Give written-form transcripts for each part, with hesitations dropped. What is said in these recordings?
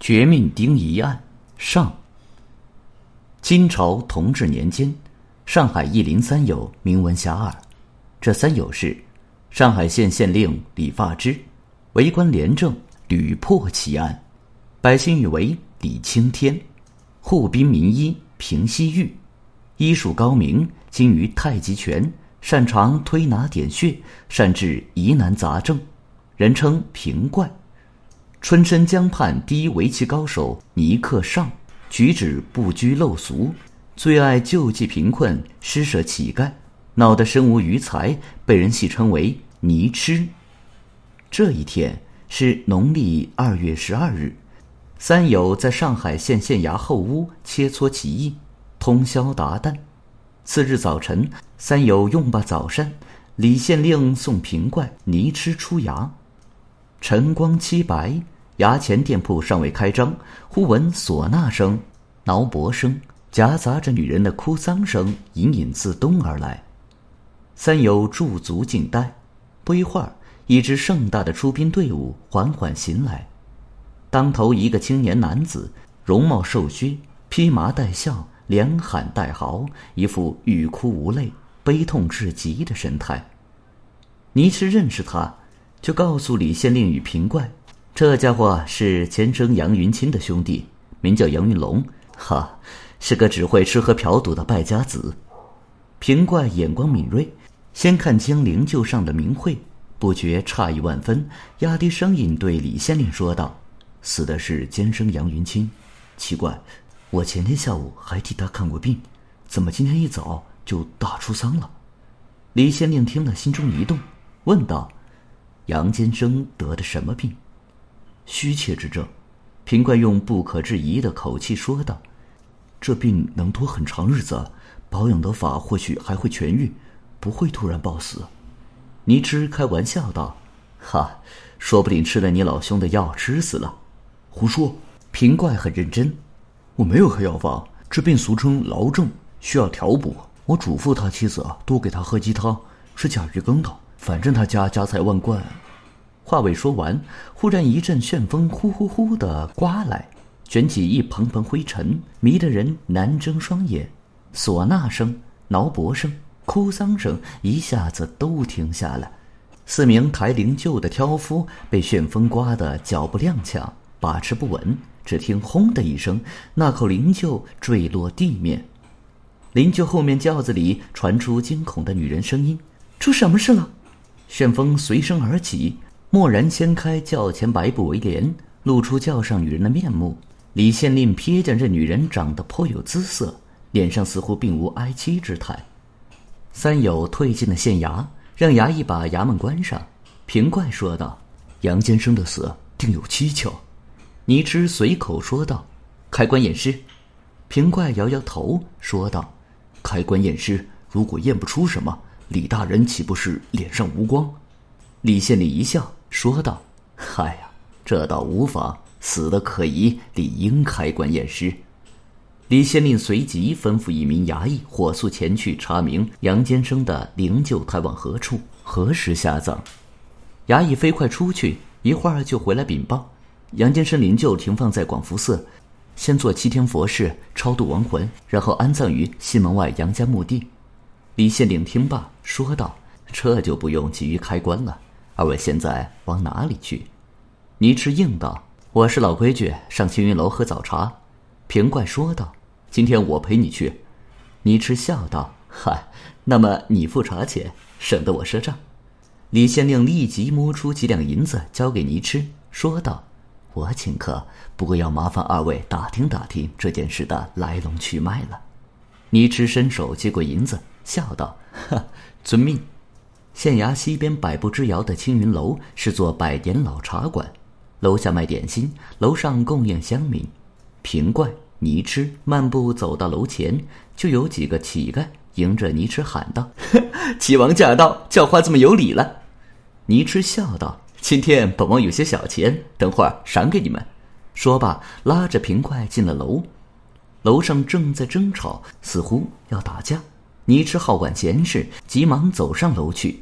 绝命丁仪案上。金朝同治年间，上海义林三友名闻遐迩。这三友是上海县县令李发之，为官廉政，屡破奇案，百姓誉为李青天，护兵民医平西域，医术高明，精于太极拳，擅长推拿点穴，善治疑难杂症，人称平怪。春申江畔第一围棋高手尼克尚，举止不拘陋俗，最爱救济贫困，施舍乞丐，闹得身无余财，被人戏称为尼痴。这一天是农历2月12日，三友在上海县县衙后屋切磋棋艺，通宵达旦。次日早晨，三友用罢早膳，李县令送平怪尼痴出衙。晨光凄白，衙前店铺尚未开张，忽闻唢呐声、挠脖声，夹杂着女人的哭丧声，隐隐自东而来。三友驻足静待，不一会儿，一支盛大的出兵队伍缓缓行来。当头一个青年男子，容貌瘦削，披麻戴孝，连喊带嚎，一副欲哭无泪、悲痛至极的神态。尼痴认识他，就告诉李县令与平怪，这家伙是前生杨云清的兄弟，名叫杨云龙，是个只会吃喝嫖赌的败家子。平怪眼光敏锐，先看清灵柩上的名讳，不觉诧异万分，压低声音对李县令说道：死的是监生杨云清，奇怪，我前天下午还替他看过病，怎么今天一早就大出丧了？李县令听了心中一动，问道：杨监生得的什么病？虚切之症。平怪用不可置疑的口气说道：这病能拖很长日子，保养得法或许还会痊愈，不会突然暴死。尼痴开玩笑道：说不定吃了你老兄的药吃死了。胡说！平怪很认真，我没有开药方，这病俗称痨症，需要调补。我嘱咐他妻子多给他喝鸡汤，是甲鱼羹的，反正他家家财万贯。话未说完，忽然一阵旋风呼呼呼地刮来，卷起一蓬蓬灰尘，迷得人难睁双眼。唢呐声、挠脖声、哭丧声一下子都停下了。4名抬灵柩的挑夫被旋风刮得脚步踉跄，把持不稳，只听轰的一声，那口灵柩坠落地面。灵柩后面轿子里传出惊恐的女人声音：出什么事了？旋风随声而起，蓦然掀开轿前白布围帘，露出轿上女人的面目。李县令瞥见这女人长得颇有姿色，脸上似乎并无哀戚之态。三友退进了县衙，让衙役把衙门关上。平怪说道：杨监生的死定有蹊跷。尼痴随口说道：开棺验尸。平怪摇摇头说道：开棺验尸，如果验不出什么，李大人岂不是脸上无光？李县令一笑说道：这倒无妨，死的可疑，理应开棺验尸。李县令随即吩咐一名衙役火速前去查明杨监生的灵柩抬往何处，何时下葬。衙役飞快出去，一会儿就回来禀报：杨监生灵柩停放在广福寺，先做7天佛事，超度亡魂，然后安葬于西门外杨家墓地。李县令听罢说道：这就不用急于开棺了，二位现在往哪里去？尼痴应道：我是老规矩，上青云楼喝早茶。平怪说道：今天我陪你去。尼痴笑道：那么你付茶钱，省得我赊账。李县令立即摸出几两银子交给尼痴，说道：我请客，不过要麻烦二位打听打听这件事的来龙去脉了。尼痴伸手接过银子，笑道：遵命。县衙西边百步之遥的青云楼是座100年老茶馆，楼下卖点心，楼上供应乡民。平怪、尼痴漫步走到楼前，就有几个乞丐迎着尼痴喊道：齐王驾到，叫花这么有礼了。尼痴笑道：今天本王有些小钱，等会儿赏给你们。说罢拉着平怪进了楼。楼上正在争吵，似乎要打架。尼痴好管闲事，急忙走上楼去。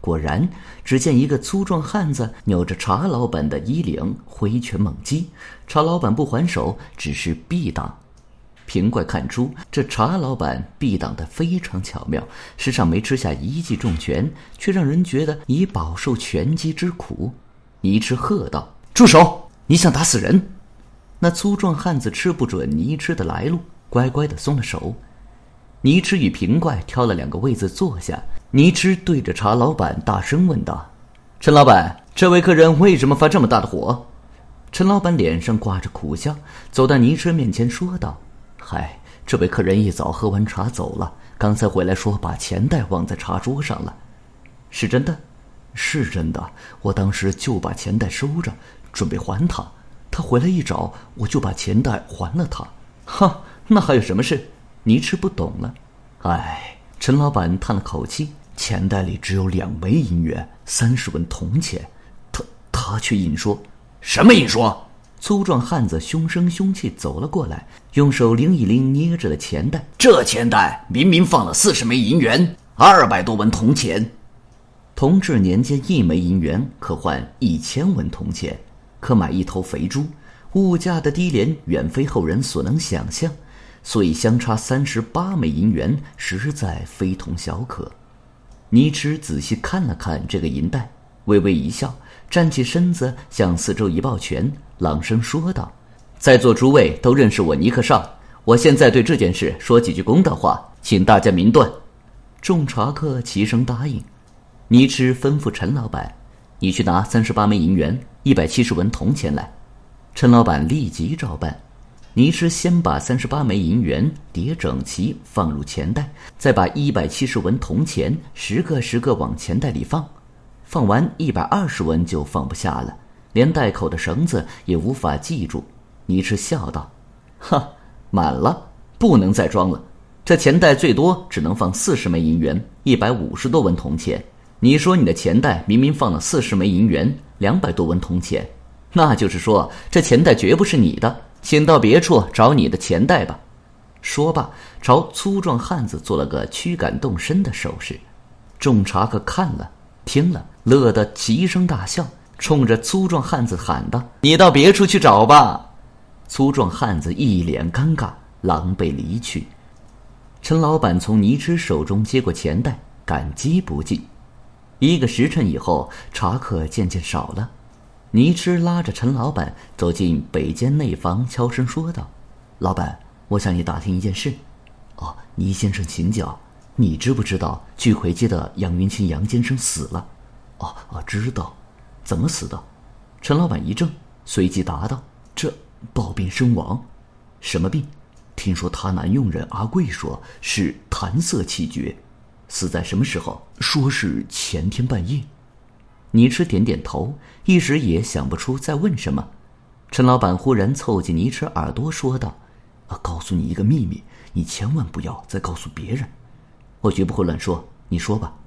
果然，只见一个粗壮汉子扭着茶老板的衣领，挥拳猛击。茶老板不还手，只是避挡。平怪看出这茶老板避挡得非常巧妙，时常没吃下一记重拳，却让人觉得已饱受拳击之苦。泥痴喝道：“住手！你想打死人！”那粗壮汉子吃不准泥痴的来路，乖乖地松了手。泥痴与平怪挑了2个位子坐下，泥痴对着茶老板大声问道：“陈老板，这位客人为什么发这么大的火？”陈老板脸上挂着苦笑，走到泥痴面前说道：“嗨，这位客人一早喝完茶走了，刚才回来说把钱袋忘在茶桌上了。”“是真的？”“是真的，我当时就把钱袋收着，准备还他。他回来一找，我就把钱袋还了他。”“哈，那还有什么事？”泥痴不懂了。“哎。”陈老板叹了口气，“钱袋里只有2枚银元，30文铜钱。他却硬说。”“什么硬说？”粗壮汉子凶声凶气走了过来，用手拎一拎捏着的钱袋。“这钱袋明明放了40枚银元，200多文铜钱。同治年间1枚银元可换1000文铜钱，可买1头肥猪。物价的低廉远非后人所能想象，所以相差38枚银元实在非同小可。”泥痴仔细看了看这个银袋，微微一笑，站起身子向四周一抱拳，朗声说道：“在座诸位都认识我尼克尚，我现在对这件事说几句公道话，请大家明断。”众茶客齐声答应。泥痴吩咐陈老板：“你去拿38枚银元，170文铜钱来。”陈老板立即照办。泥痴先把38枚银元叠整齐放入钱袋，再把170文铜钱10个10个往钱袋里放。放完120文就放不下了，连袋口的绳子也无法系住。泥痴笑道：“哈，满了，不能再装了。这钱袋最多只能放40枚银元，150多文铜钱。你说你的钱袋明明放了40枚银元，200多文铜钱，那就是说这钱袋绝不是你的，请到别处找你的钱袋吧。”说罢，朝粗壮汉子做了个驱赶动身的手势。众茶客看了听了，乐得齐声大笑，冲着粗壮汉子喊道：“你到别处去找吧！”粗壮汉子一脸尴尬，狼狈离去。陈老板从泥痴手中接过钱袋，感激不尽。1个时辰以后，茶客渐渐少了。泥痴拉着陈老板走进北间内房，悄声说道：“老板，我向你打听一件事。”“哦，倪先生请讲。你知不知道聚魁街的杨云清杨先生死了？”“哦，知道。怎么死的？”陈老板一怔，随即答道：“这暴病身亡。”“什么病？”“听说他男佣人阿贵说是痰色气绝。”“死在什么时候？”“说是前天半夜。”泥痴点点头，一时也想不出再问什么。陈老板忽然凑近泥痴耳朵说道：“告诉你一个秘密，你千万不要再告诉别人。”“我绝不会乱说，你说吧。”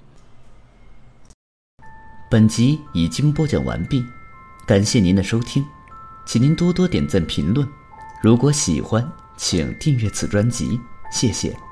本集已经播讲完毕，感谢您的收听，请您多多点赞评论。如果喜欢，请订阅此专辑，谢谢。